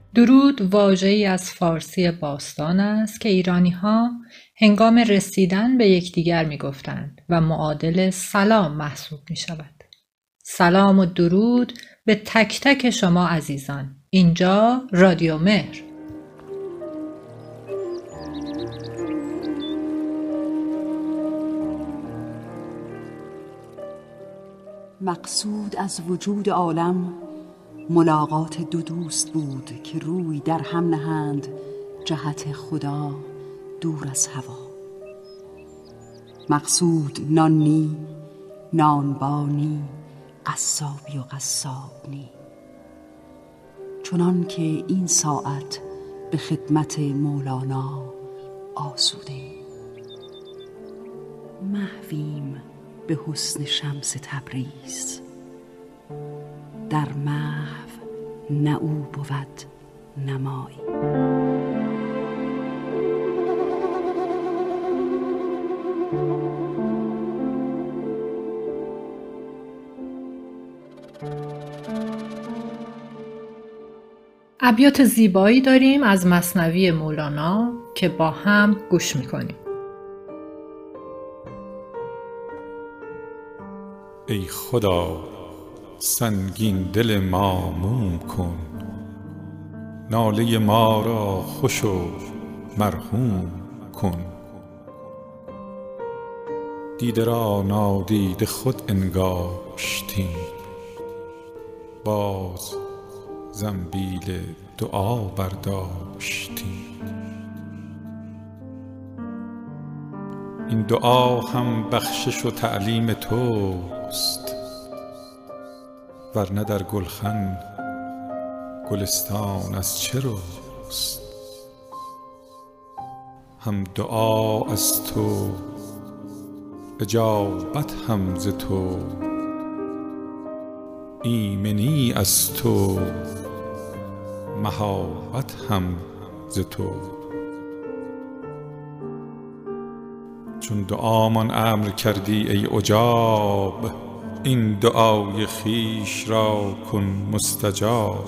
درود واژه‌ای از فارسی باستان است که ایرانی‌ها هنگام رسیدن به یکدیگر می‌گفتند و معادل سلام محسوب می‌شود. سلام و درود به تک تک شما عزیزان. اینجا رادیو مهر. مقصود از وجود عالم ملاقات دو دوست بود که روی در هم نهند جهت خدا دور از هوا. مقصود نان نی، نانبانی، قصابی و قصاب نی، چنان که این ساعت به خدمت مولانا آسوده. محویم به حسن شمس تبریز، در محو نه او بود نمایی. ابیات زیبایی داریم از مثنوی مولانا که با هم گوش می‌کنیم. ای خدا سنگین دل ما موم کن، ناله ما را خوش و مرحوم کن. دیده را نادیده خود انگاشتیم، باز زنبیل دعا برداشتیم. این دعا هم بخشش و تعلیم توست، ورنه در گلخن گلستان از چه روست. هم دعا از تو، اجابت هم ز تو، ایمنی از تو، مهابت هم ز تو. چون دعامان امر کردی ای عجاب، این دعای خویش را کن مستجاب.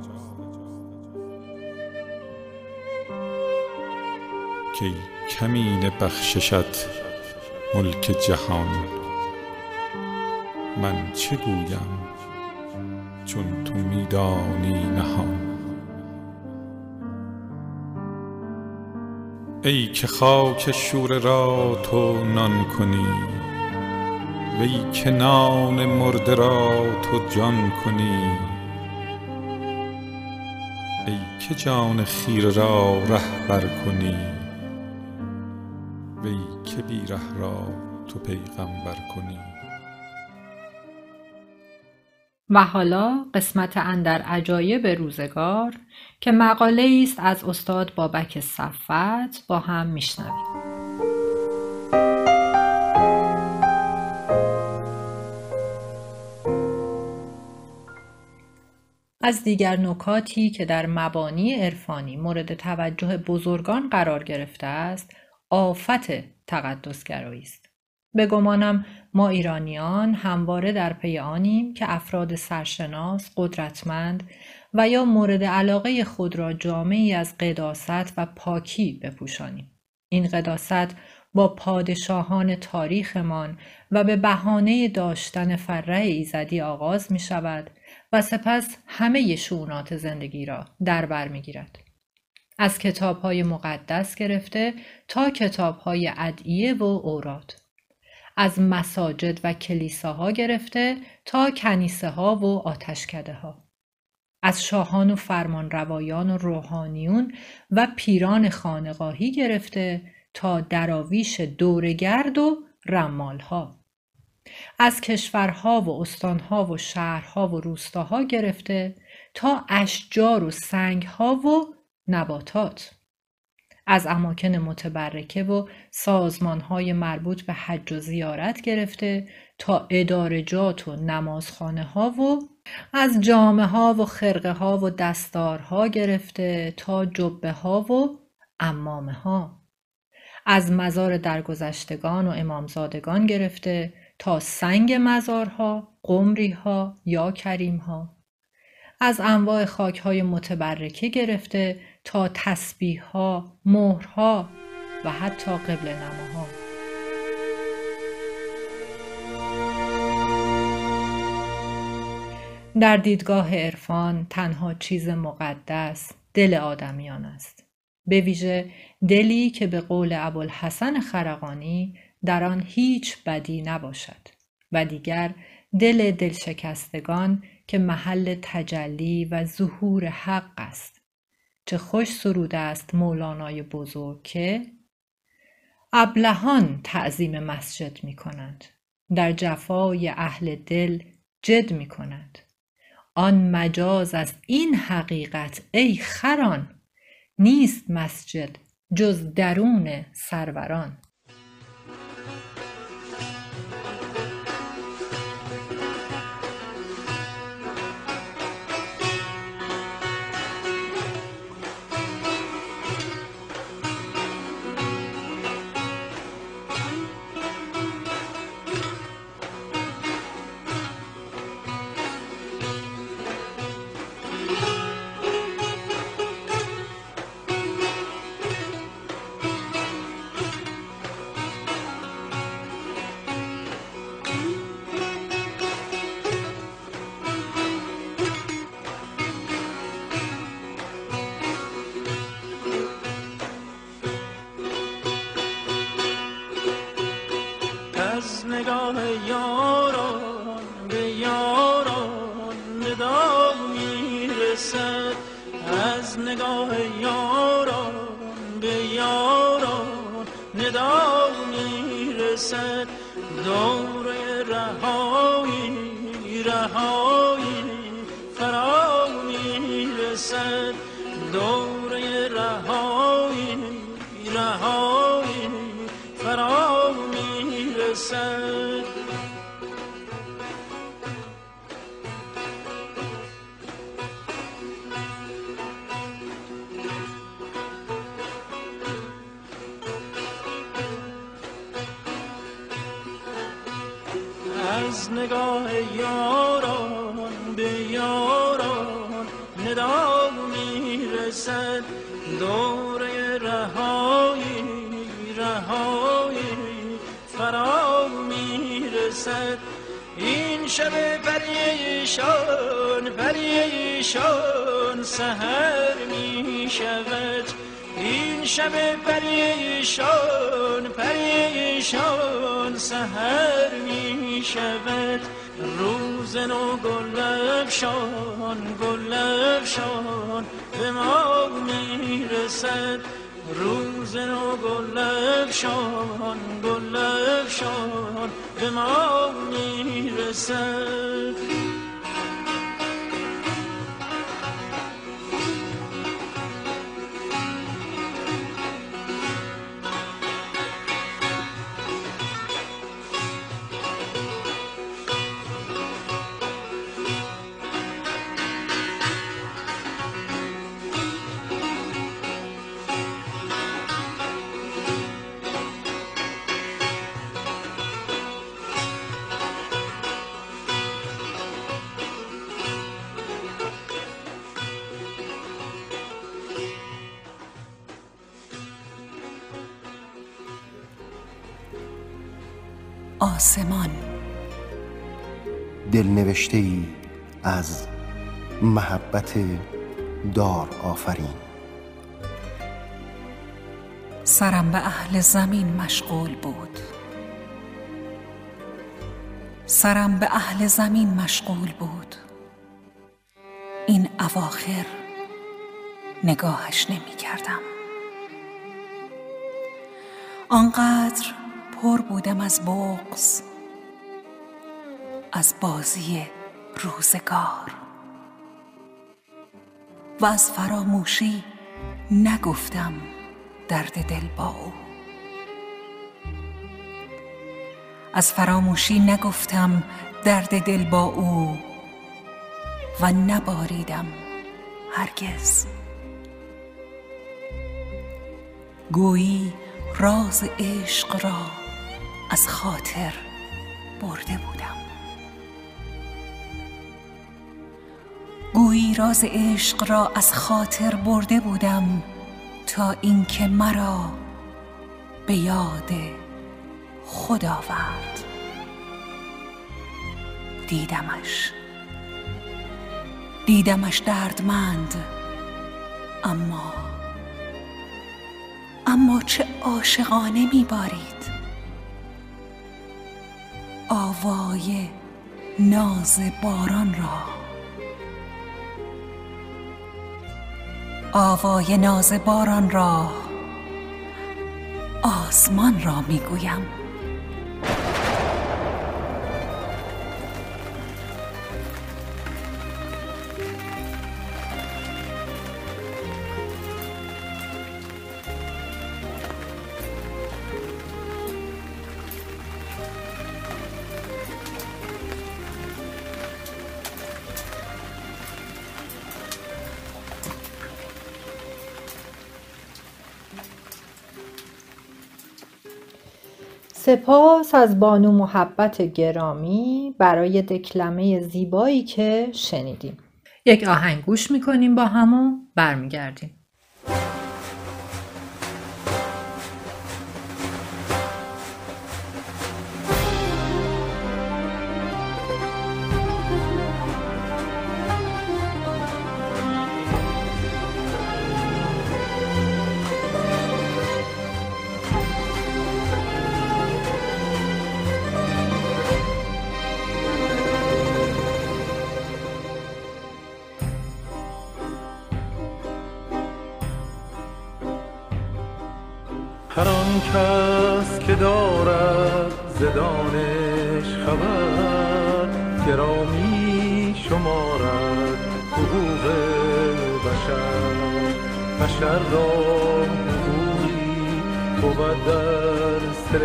کی کمینه بخششت ملک جهان، من چه گویم چون تو میدانی نهان. ای که خاک شوره را تو نان کنی، وی که نان مرده را تو جان کنی. ای که جان خیره را رهبر کنی، وی که بی ره را تو پیغمبر کنی. و حالا قسمت اندر عجایب روزگار که مقاله است از استاد بابک صفوت با هم میشنویم. از دیگر نکاتی که در مبانی عرفانی مورد توجه بزرگان قرار گرفته است، آفت تقدسگرایی است. به گمانم ما ایرانیان همواره در پی آنیم که افراد سرشناس، قدرتمند و یا مورد علاقه خود را جامه‌ای از قداست و پاکی بپوشانیم. این قداست با پادشاهان تاریخمان و به بهانه داشتن فره ایزدی آغاز می شود و سپس همه شؤونات زندگی را در بر می گیرد. از کتاب‌های مقدس گرفته تا کتاب‌های ادعیه و اوراد، از مساجد و کلیساها گرفته تا کنیسه ها و آتشکده ها، از شاهان و فرمانروایان و روحانیون و پیران خانقاهی گرفته تا دراویش دورگرد و رمال ها، از کشورها و استانها و شهرها و روستاها گرفته تا اشجار و سنگها و نباتات، از اماکن متبرکه و سازمانهای مربوط به حج و زیارت گرفته تا ادارجات و نمازخانه ها و از جامه ها و خرقه ها و دستارها گرفته تا جبه ها و عمامه ها، از مزار درگذشتگان و امامزادگان گرفته تا سنگ مزارها، قمریها یا کریمها، از انواع خاک‌های متبرکه گرفته تا تسبیح‌ها، مهرها و حتی قبله‌نماها. در دیدگاه عرفان تنها چیز مقدس دل آدمیان است. به ویژه دلی که به قول ابوالحسن خرقانی در آن هیچ بدی نباشد و دیگر دل دلشکستگان که محل تجلی و ظهور حق است. چه خوش سروده است مولانای بزرگ که ابلهان تعظیم مسجد می کنند، در جفای اهل دل جد می کنند. آن مجاز از این حقیقت ای خران، نیست مسجد جز درون سروران. از نگاه یاران به یاران ندا میرسد، از نگاه یاران به یاران ندا میرسد. دوره رهایی رهایی فرا میرسد، دوره رهایی رهایی فرا میرسد. از نگاه یاران به یاران ندا میرسد، دوره رهایی رهایی فرا میرسد. این شب پریشان پریشان سحر میشود، این شب پریشان پریشان سحر میشود. روز نو گل افشان گل افشان به ما میرسد، روز نو گل افشان گل افشان به ما میرسد. آسمان، دلنوشته‌ای از محبت دار آفرین. سرم به اهل زمین مشغول بود، سرم به اهل زمین مشغول بود. این اواخر نگاهش نمی کردم. آنقدر پر بودم از بغض، از بازی روزگار و از فراموشی نگفتم درد دل با او. از فراموشی نگفتم درد دل با او و نباریدم هرگز. گویی راز عشق را از خاطر برده بودم، گویی گویی راز عشق را از خاطر برده بودم تا اینکه مرا به یاد خود آورد. دیدمش دردمند، اما چه عاشقانه می‌بارید. آوای ناز باران را آسمان را میگویم. سپاس از بانو محبت گرامی برای دکلمه زیبایی که شنیدیم. یک آهنگ گوش میکنیم با هم و برمیگردیم. هر آن کس که دارد ز دانش خبر، گرامی شمارد حقوق بشر را حقوقی بود در سر،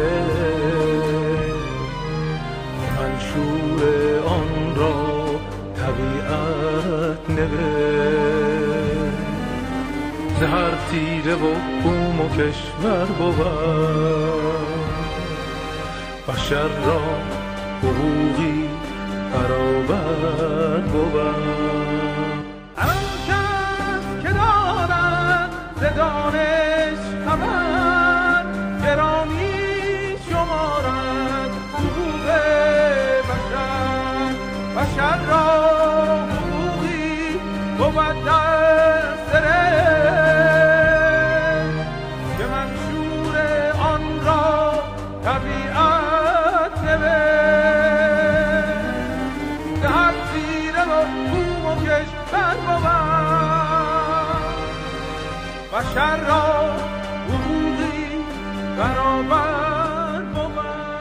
منشور آن را طبیعت نوشت. هر تیره و بوم و کشور بود بشر را حقوقی برابر بود. هر آن کس که دارد ز دانش خبر، گرامی شمارد حقوق بشر را حقوقی بود در سر، طبیعت نوشت. هر تیره و بوم و کشور بود بشر را حقوقی برابر بود.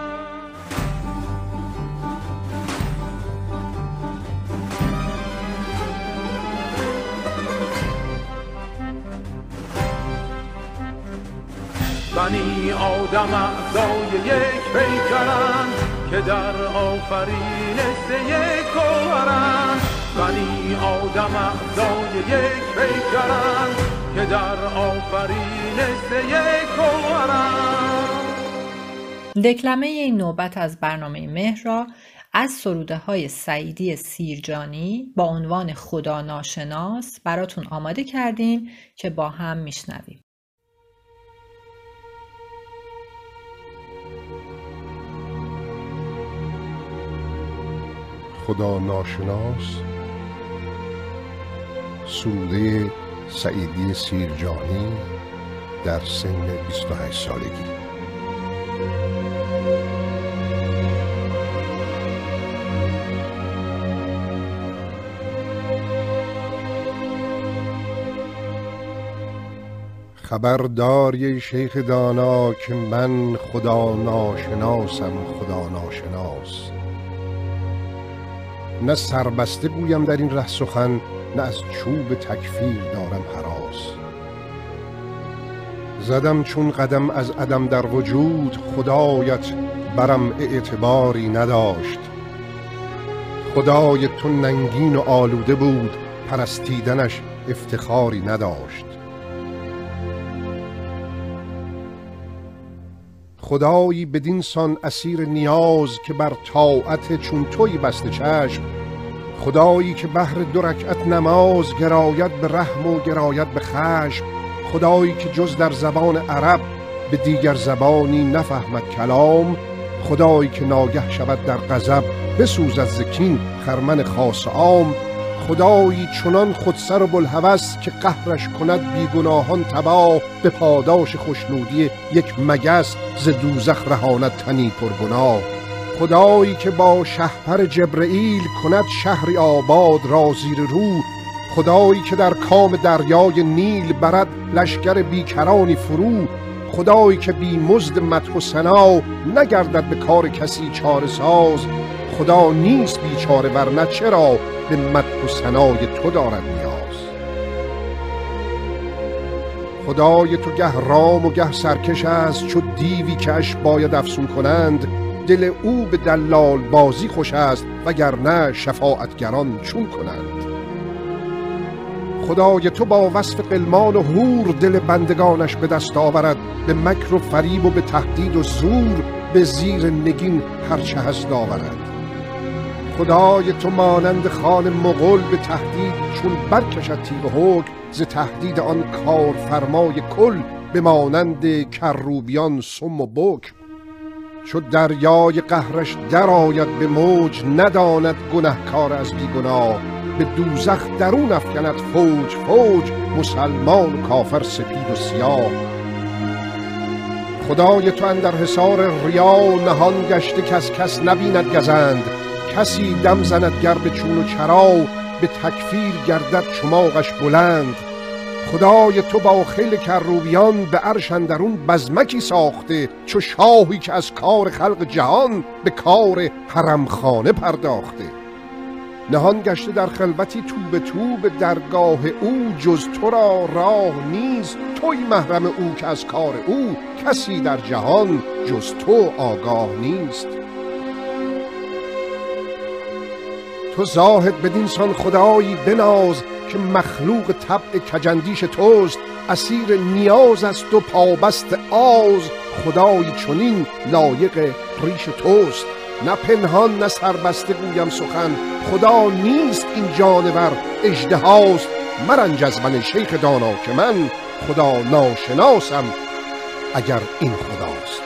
بنی آدم اعضای یک پیکرند که در آفرینش یک گوهرند. بنی آدم اعضای یک پیکرند که در آفرینش یک گوهرند. دکلمه این نوبت از برنامه مهر را از سروده های سعیدی سیرجانی با عنوان خدا ناشناس براتون آماده کردیم که با هم میشنویم. خدا ناشناس، سروده سعیدی سیرجانی در سن 28 سالگی. خبرداری شیخ دانا که من خدا ناشناسم، خدا ناشناس. نه سربسته گویم در این ره سخن، نه از چوب تکفیر دارم هراس. زدم چون قدم از عدم در وجود، خدایت برم اعتباری نداشت. خدای تو ننگین و آلوده بود، پرستیدنش افتخاری نداشت. خدایی بدین سان اسیر نیاز، که بر طاعت چون توی بسته چشم خدایی که بهر 2 رکعت نماز گراید به رحم و گراید به خشم، خدایی که جز در زبان عرب به دیگر زبانی نفهمد کلام، خدایی که ناگه شود در غضب بسوزد ز کین خرمن خاص عام، خدایی چنان خودسر و بوالهوس که قهرش کند بیگناهان تباه، به پاداش خوشنودی یک مگس ز دوزخ رهاند تنی پرگناه، خدایی که با شهپر جبرئیل کند شهری آباد را زیر رو، خدایی که در کام دریای نیل برد لشکر بیکرانی فرو، خدایی که بی مزد مدح و ثنا نگردد به کار کسی چاره ساز، خدا نیست بیچاره ورنه چرا به مدح و ثنای تو دارد نیاز. خدای تو گه رام و گه سرکش است، چو دیوی که اش باید افسون کنند، دل او به دلال بازی خوش است وگرنه شفاعتگران چون کنند. خدای تو با وصف غلمان و حور دل بندگانش به دست آورد، به مکر و فریب و به تهدید و زور به زیر نگین هرچه هست آورد. خدای تو مانند خان مغول به تهدید چون برکشد تیغ حکم، ز تهدید آن کارفرمای کل به مانند کروبیان سم و بکم. چو دریای قهرش در آید به موج، نداند گنهکار از بیگناه، به دوزخ درون افکند فوج فوج، مسلمان و کافر سپید و سیاه. خدای تو اندر حصار ریا نهان گشته کس کس نبیند گزند، کسی دم زند گر به چون و چرا به تکفیر گردد چماغش بلند. خدای تو با خیل کروبیان به عرش اندرون بزمکی ساخته، چو شاهی که از کار خلق جهان به کار حرمخانه پرداخته. نهان گشته در خلوتی تو به تو به درگاه او، جز تو را راه نیست توی محرم او که از کار او کسی در جهان جز تو آگاه نیست. تو زاهد بدین سان خدایی بناز که مخلوق طبع کجندیش توست، اسیر نیاز است و پابست آز، خدایی چنین لایق ریش توست. نه پنهان نه سربسته گویم سخن، خدا نیست این جانور اژدهاست. مرنج از من شیخ دانا که من خدا ناشناسم اگر این خداست.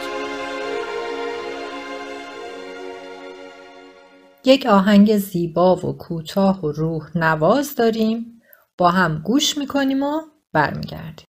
یک آهنگ زیبا و کوتاه و روح نواز داریم، با هم گوش میکنیم و برمیگردیم.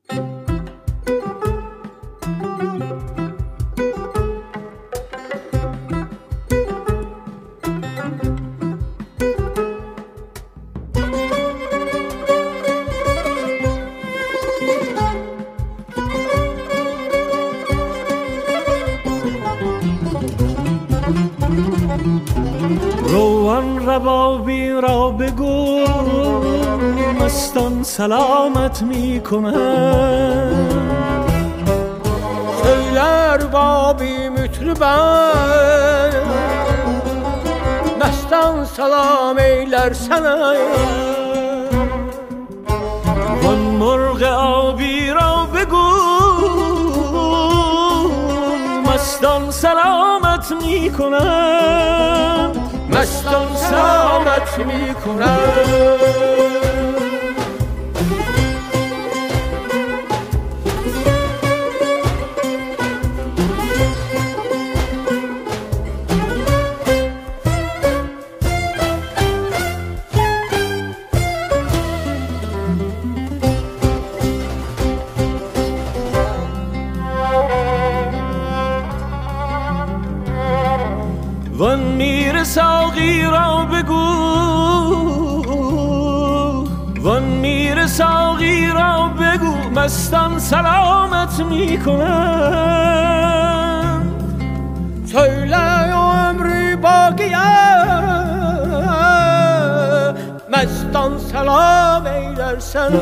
روان ربابی را بگو مستان سلامت می کنند، خیل اربابی مطربند مستان سلام ایلر سنه. وان مرغ آبی را بگو مستان سلامت می کنند، مستان سلامت می کنند. وان میر ساقی را بگو، وان میر ساقی را بگو مستان سلامت می کنند. söyle ömrü bakiye mestan selam eylersen.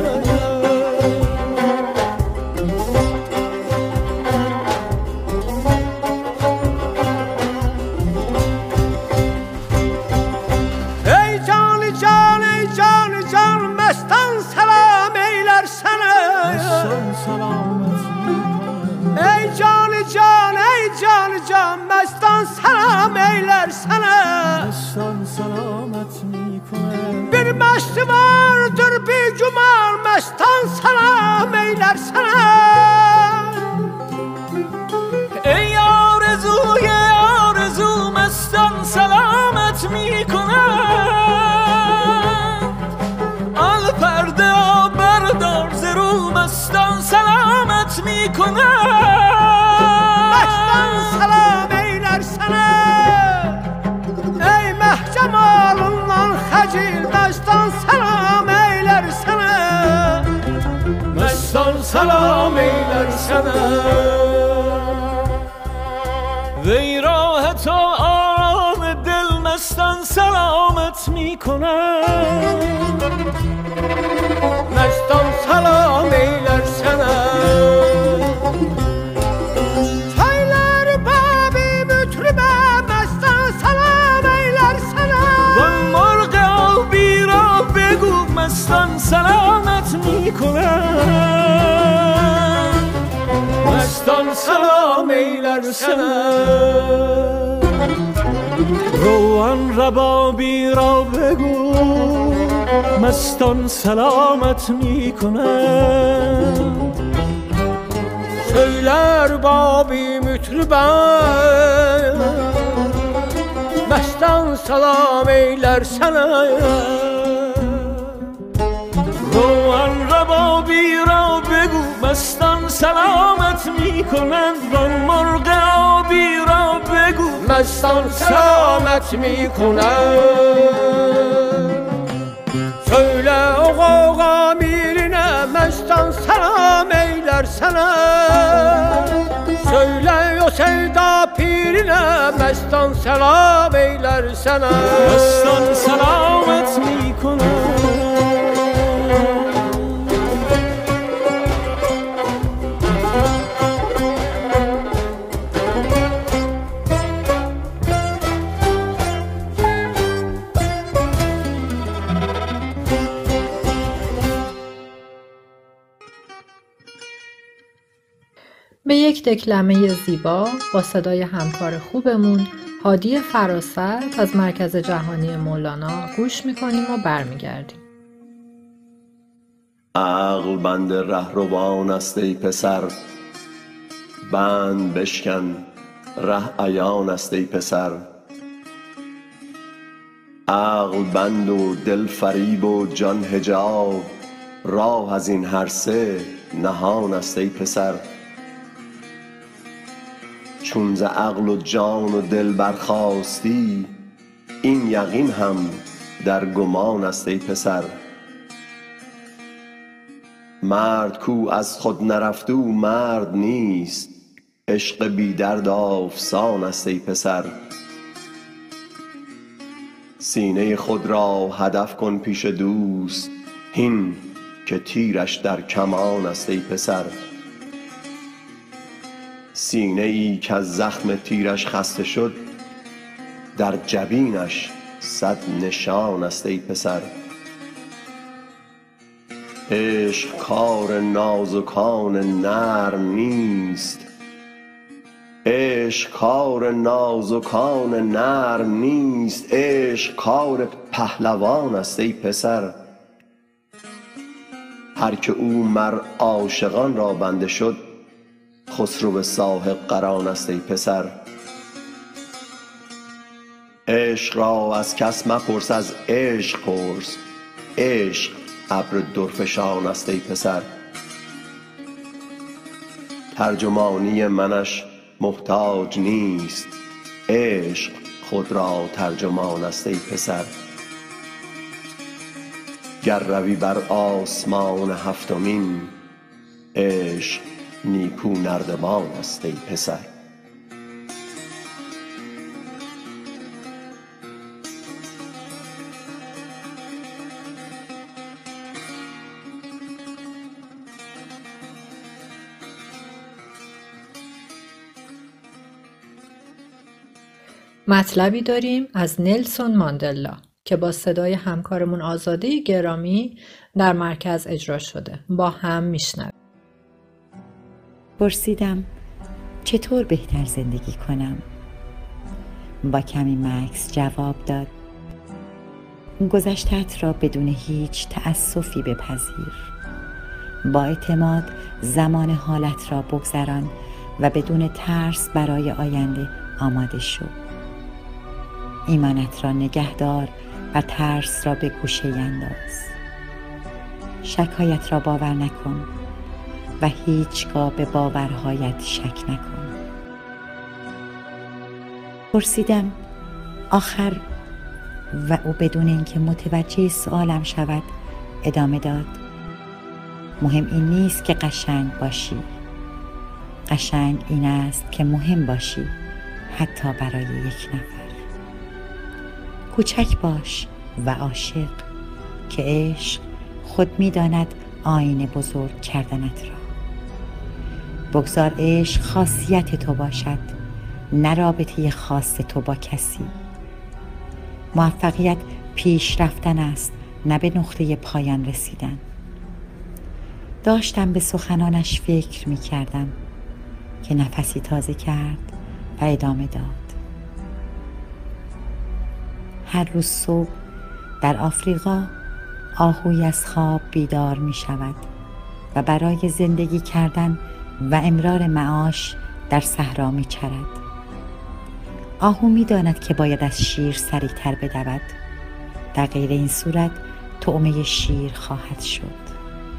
Can mestan selam eyler sana. Mestan selamet mi kası vardır bir cumar mestan selam eyler sana. Ey arzuye arzu mestan selamet mi kند al perde bردار ز رو مستان سلامت می کند مستان سلام eyler sana. Ey mehcemalından xəcil məstan salam eylər sənə. Məstan salam eylər sənə. Vey rahat o aram dil məstan salamet mi کنم məstan salam eylər sənə. مستان سلامت می کنم مستان سلام ایلر سنم. روان ربابی را بگو مستان سلامت می کنم. söyler babi mütrüben mestan salam eyler sana. روان ربابی را بگو مستان سلامت می کنند. وان مرغ آبی را بگو مستان سلامت می کنند. söyle o غوغا mirine mestan selam eyler sana. söyle o sevda pirine mestan selam eyler sana. mestan selamet mi کنند. به یک دکلمه زیبا با صدای همکار خوبمون هادی فراست از مرکز جهانی مولانا گوش میکنیم و برمیگردیم. عقل بند رهروان است ای پسر، بند بشکن ره عیان است ای پسر. عقل بند و دل فریب و جان حجاب، راه از این هر سه نهان است ای پسر. چون ز عقل و جان و دل برخاستی، این یقین هم در گمان است ای پسر. مرد کو از خود نرفت او مرد نیست، عشق بی درد آفسان است ای پسر. سینه خود را هدف کن پیش دوست، هین که تیرش در کمان است ای پسر. سینه ای که از زخم تیرش خسته شد، در جبینش صد نشان است ای پسر. عشق کار نازکان نرم نیست، عشق کار نازکان نرم نیست، عشق کار پهلوان است ای پسر. هر که او مر عاشقان را بنده شد، خسرو صاحب قران است ای پسر. عشق را از کس مپرس، از عشق پرس، عشق ابر درفشان است ای پسر. ترجمانی منش محتاج نیست، عشق خود را ترجمان است ای پسر. گر روی بر آسمان هفتمین، عشق نیکو نردبان است ای پسر. مطلبی داریم از نلسون ماندلا که با صدای همکارمون آزاده گرامی در مرکز اجرا شده. با هم میشنویم. پرسیدم چطور بهتر زندگی کنم؟ با کمی مکث جواب داد گذشته‌ات را بدون هیچ تأسفی بپذیر. با اعتماد زمان حالت را بگذران و بدون ترس برای آینده آماده شو. ایمانت را نگه دار و ترس را به گوشه انداز. شکایت را باور نکن و هیچگاه به باورهایت شک نکن. پرسیدم آخر و او بدون اینکه متوجه سوالم شود ادامه داد: مهم این نیست که قشنگ باشی، قشنگ این است که مهم باشی، حتی برای یک نفر. کوچک باش و عاشق، که عشق خود می‌داند آینه بزرگ کردنت را. بگذار عشق خاصیت تو باشد، نه رابطه خاص تو با کسی. موفقیت پیش رفتن است، نه به نقطه پایان رسیدن. داشتم به سخنانش فکر می‌کردم که نفسی تازه کرد و ادامه داد: هر روز صبح در آفریقا آهویی از خواب بیدار می شود و برای زندگی کردن و امرار معاش در صحرا می چرد. آهو می داند که باید از شیر سریعتر بدود، در غیر این صورت طعمه شیر خواهد شد.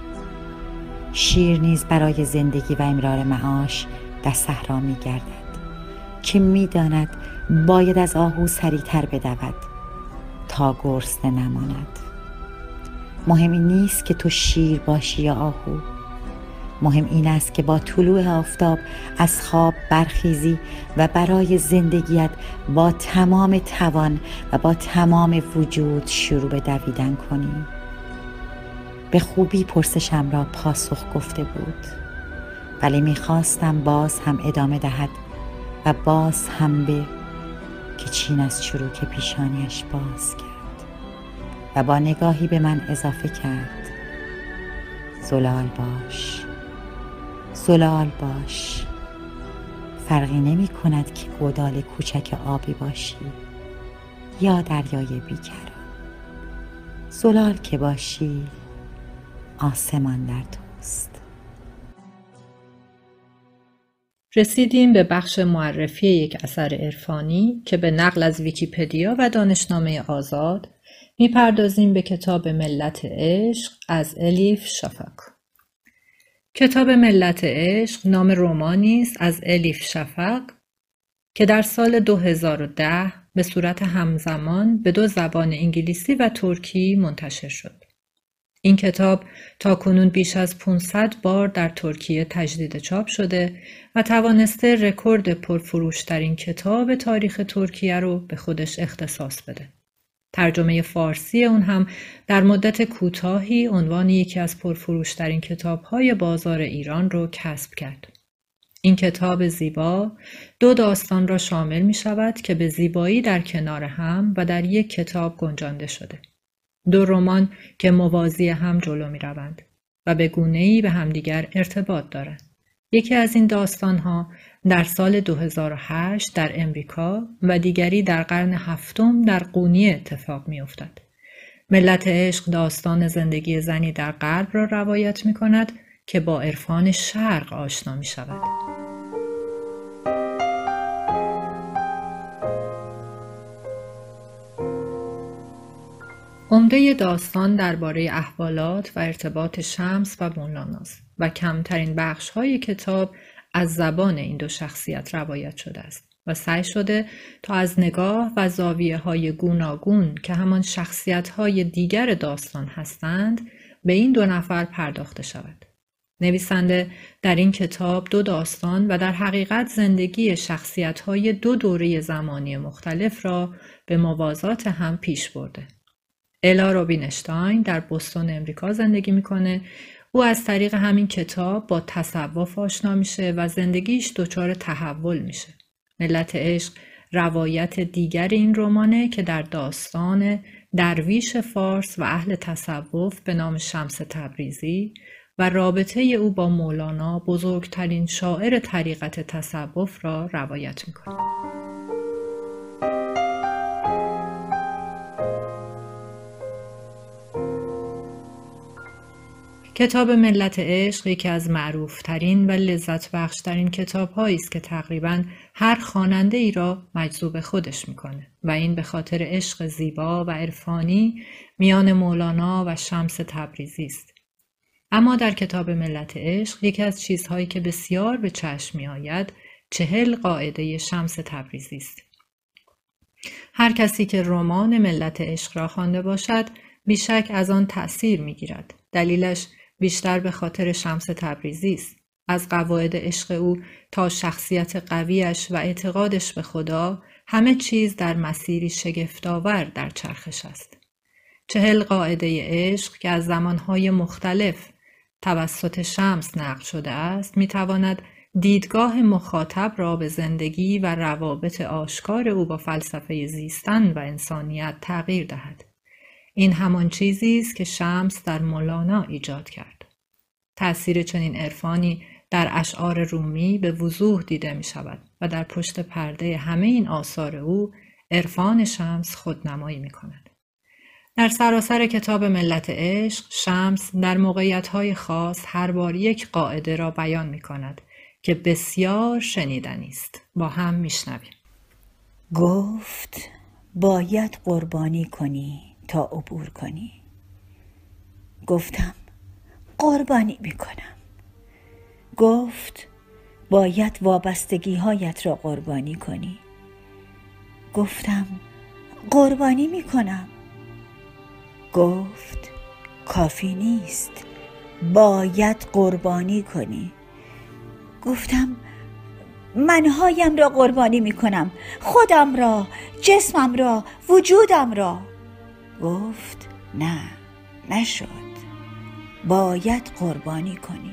شیر نیز برای زندگی و امرار معاش در صحرا می گردد که می داند باید از آهو سریعتر بدود تا گرسنه نماند. مهم این نیست که تو شیر باشی یا آهو. مهم این است که با طلوع آفتاب از خواب برخیزی و برای زندگیت با تمام توان و با تمام وجود شروع به دویدن کنی. به خوبی پرسشم را پاسخ گفته بود، ولی میخواستم باز هم ادامه دهد و باز هم به که چین از چروک پیشانیش باز کرد و با نگاهی به من اضافه کرد: زلال باش، زلال باش. فرقی نمی کند که گودال کوچک آبی باشی یا دریای بیکران. زلال که باشی آسمان در توست. رسیدیم به بخش معرفی یک اثر عرفانی که به نقل از ویکیپدیا و دانشنامه آزاد میپردازیم به کتاب ملت عشق از الیف شفق. کتاب ملت عشق نام رمانی است از الیف شفق که در سال 2010 به صورت همزمان به 2 زبان انگلیسی و ترکی منتشر شد. این کتاب تاکنون بیش از 500 بار در ترکیه تجدید چاپ شده و توانسته رکورد پرفروش‌ترین کتاب تاریخ ترکیه رو به خودش اختصاص بده. ترجمه فارسی اون هم در مدت کوتاهی عنوان یکی از پرفروش‌ترین کتاب‌های بازار ایران رو کسب کرد. این کتاب زیبا 2 داستان را شامل می شود که به زیبایی در کنار هم و در یک کتاب گنجانده شده. 2 رمان که موازی هم جلو می روند و به گونه‌ای به همدیگر ارتباط دارند. یکی از این داستان‌ها در سال 2008 در امریکا و دیگری در قرن 7 در قونیه اتفاق می افتد. ملت عشق داستان زندگی زنی در غرب را روایت می کند که با عرفان شرق آشنا می شود. عمده داستان درباره احوالات و ارتباط شمس و مولاناست و کمترین بخش‌های کتاب از زبان این 2 شخصیت روایت شده است و سعی شده تا از نگاه و زاویه‌های گوناگون که همان شخصیت‌های دیگر داستان هستند به این 2 نفر پرداخته شود. نویسنده در این کتاب 2 داستان و در حقیقت زندگی شخصیت‌های 2 دوره زمانی مختلف را به موازات هم پیش برده. الا روبینشتاین در بوستون امریکا زندگی میکنه. او از طریق همین کتاب با تصوف آشنا میشه و زندگیش دچار تحول میشه. ملت عشق روایت دیگر این رمانه که در داستان درویش فارس و اهل تصوف به نام شمس تبریزی و رابطه او با مولانا بزرگترین شاعر طریقت تصوف را روایت میکنه. کتاب ملت عشق یکی از معروفترین و لذت بخشترین کتاب هایی است که تقریباً هر خواننده ای را مجذوب خودش میکنه و این به خاطر عشق زیبا و عرفانی میان مولانا و شمس تبریزی است. اما در کتاب ملت عشق یکی از چیزهایی که بسیار به چشم می آید 40 قاعده شمس تبریزی است. هر کسی که رمان ملت عشق را خوانده باشد بیشک از آن تأثیر می گیرد. دلیلش بیشتر به خاطر شمس تبریزی است. از قواعد عشق او تا شخصیت قویش و اعتقادش به خدا همه چیز در مسیری شگفت‌آور در چرخش است. 40 قاعده عشق که از زمانهای مختلف توسط شمس نقل شده است میتواند دیدگاه مخاطب را به زندگی و روابط آشکار او با فلسفه زیستن و انسانیت تغییر دهد. این همان چیزی است که شمس در مولانا ایجاد کرد. تأثیر چنین عرفانی در اشعار رومی به وضوح دیده می شود و در پشت پرده همه این آثار او عرفان شمس خودنمایی می کند. در سراسر کتاب ملت عشق شمس در موقعیت‌های خاص هر بار یک قاعده را بیان می کند که بسیار شنیدنی است. با هم می شنویم. گفت باید قربانی کنی تا عبور کنی. گفتم قربانی می کنم. گفت باید وابستگی هایت را قربانی کنی. گفتم قربانی می کنم. گفت کافی نیست، باید قربانی کنی. گفتم منهایم را قربانی می کنم، خودم را، جسمم را، وجودم را. گفت نه، نشد، باید قربانی کنی.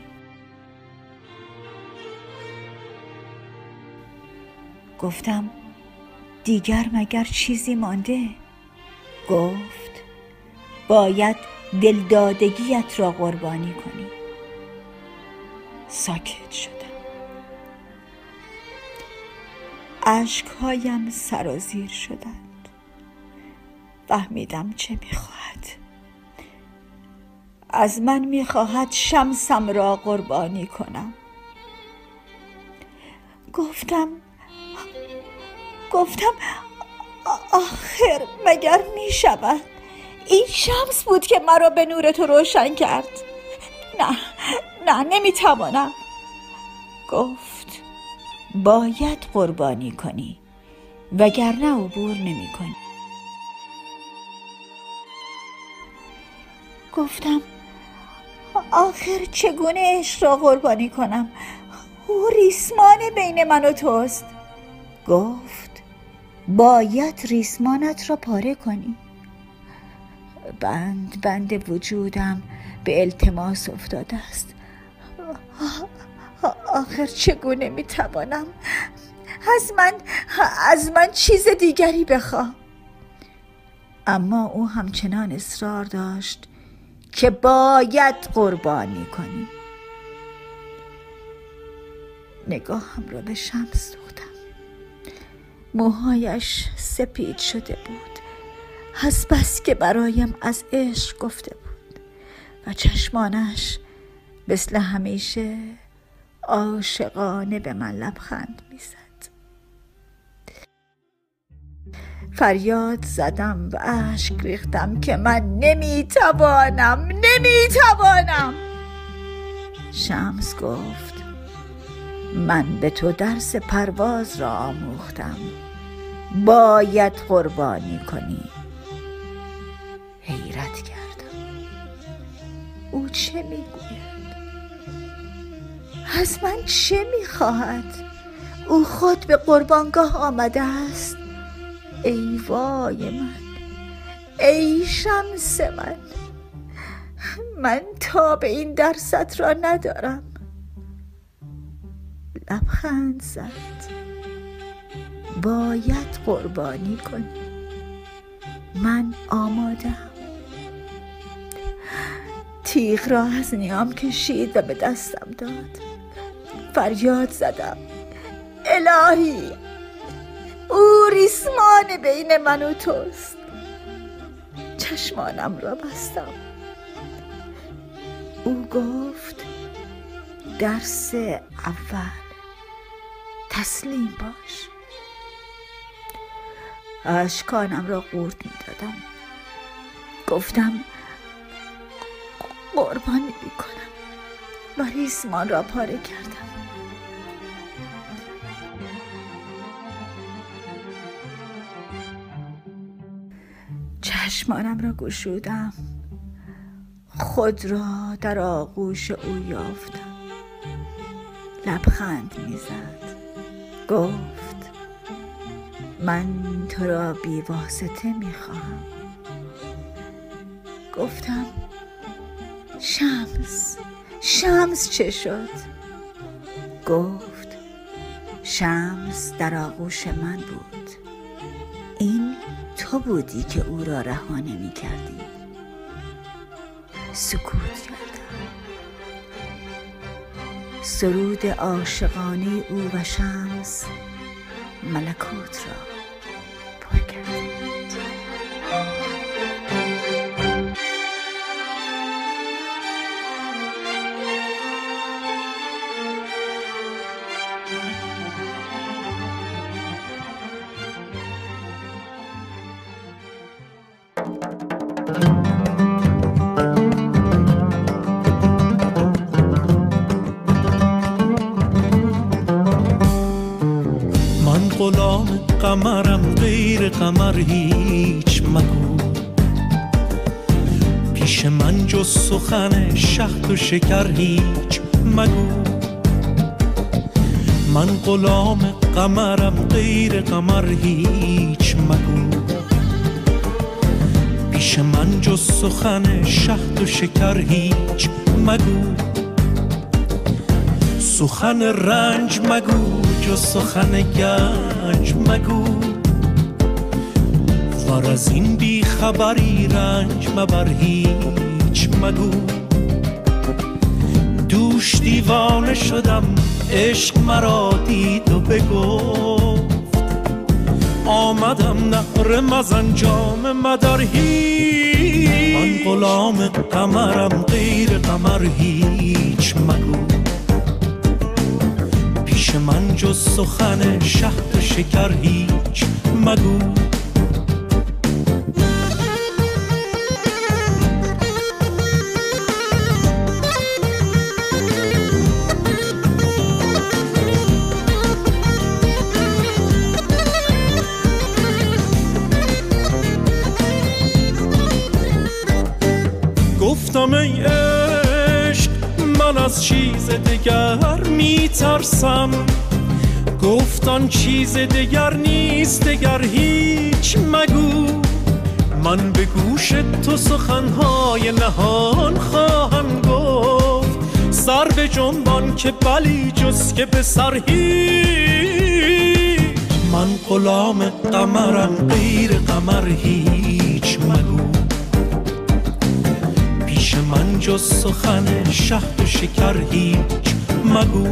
گفتم دیگر مگر چیزی مانده؟ گفت باید دلدادگیت را قربانی کنی. ساکت شدم. اشکهایم سرازیر شدند. فهمیدم چه میخواهد. از من میخواهد شمسم را قربانی کنم. گفتم آخر مگر میشود؟ این شمس بود که مرا به نور تو روشن کرد. نه نمیتوانم. گفت باید قربانی کنی وگرنه عبور نمی کنی. گفتم آخر چگونه عشق را قربانی کنم؟ او ریسمان بین من و توست. گفت باید ریسمانت را پاره کنی. بند وجودم به التماس افتاده است. آخر چگونه میتوانم؟ از من چیز دیگری بخواه. اما او همچنان اصرار داشت که باید قربانی کنی. نگاهم را به شمس دوختم. موهایش سپید شده بود، از بس که برایم از عشق گفته بود و چشمانش مثل همیشه عاشقانه به من لبخند میزد. فریاد زدم و اشک ریختم که من نمیتوانم. شمس گفت من به تو درس پرواز را آموختم، باید قربانی کنی. حیرت کردم. او چه میگوید؟ از من چه میخواهد؟ او خود به قربانگاه آمده است. ای وای من، ای شمس من تاب این درست را ندارم. لبخند زد. باید قربانی کنی. من آمادم. تیغ را از نیام کشید و به دستم داد. فریاد زدم الهی، او ریسمان بین من و توست. چشمانم را بستم. او گفت درس اول، تسلیم باش. اشکانم را قورت می دادم. گفتم قربانی می کنم و ریسمان را پاره کردم. چشمانم را گشودم، خود را در آغوش او یافتم. لبخند میزد. گفت من تو را بی واسطه میخواهم. گفتم شمس چه شد؟ گفت شمس در آغوش من بود. این تو بودی که او را رها نمی‌کردی. سکوت کردم. سرود عاشقانه او و شمس ملکوت را پر کرد. غلام قمرم، غیر قمر هیچ مگو. پیش من جز سخن شهد و شکر هیچ مگو. من غلام قمرم، غیر قمر هیچ مگو. پیش من جز سخن شهد و شکر هیچ مگو. سخن رنج مگو، جز سخن گنج مگو. ور از این بی خبری رنج مبر هیچ مگو. دوش دیوانه شدم، عشق مرا دید و بگفت. آمدم نهر مزن جام مدر هیچ. من غلام قمرم، غیر قمر هیچ مگو. پیش من جز سخن شهد و شکر هیچ مگو. گفتم ای عشق من از چیز دگر میترسم. گفتان چیز دگر نیست، دگر هیچ مگو. من به گوش تو سخنهای نهان خواهم گفت. سر به جنبان که بلی جز که به سر هیچ. من غلام قمرم، غیر قمر هیچ مگو. پیش من جز سخن شهد و شکر هیچ مگو.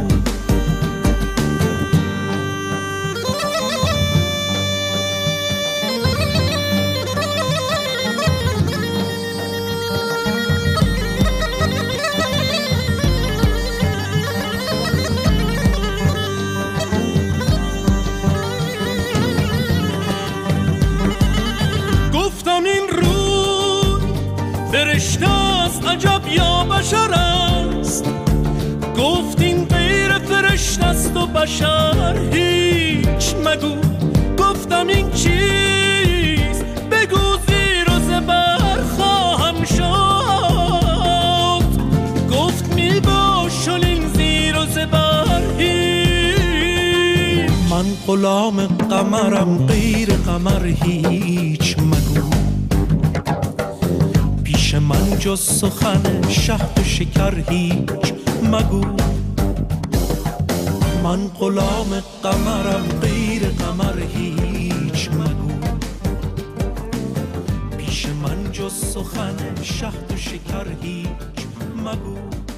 گفتم این روی فرشته است عجب یا بشر است. گفت این غیر فرشته است و بشر هیچ مگو. گفتم این چیز بگو زیر و زبر خواهم شد. گفت می باش این زیر و زبر هیچ. من غلام قمرم، غیر قمر هیچ مگو. پیش من جز سخن شهد و شکر هیچ مگو. من غلام قمرم، غیر قمر هیچ مگو. پیش من جز سخن شهد و شکر هیچ مگو.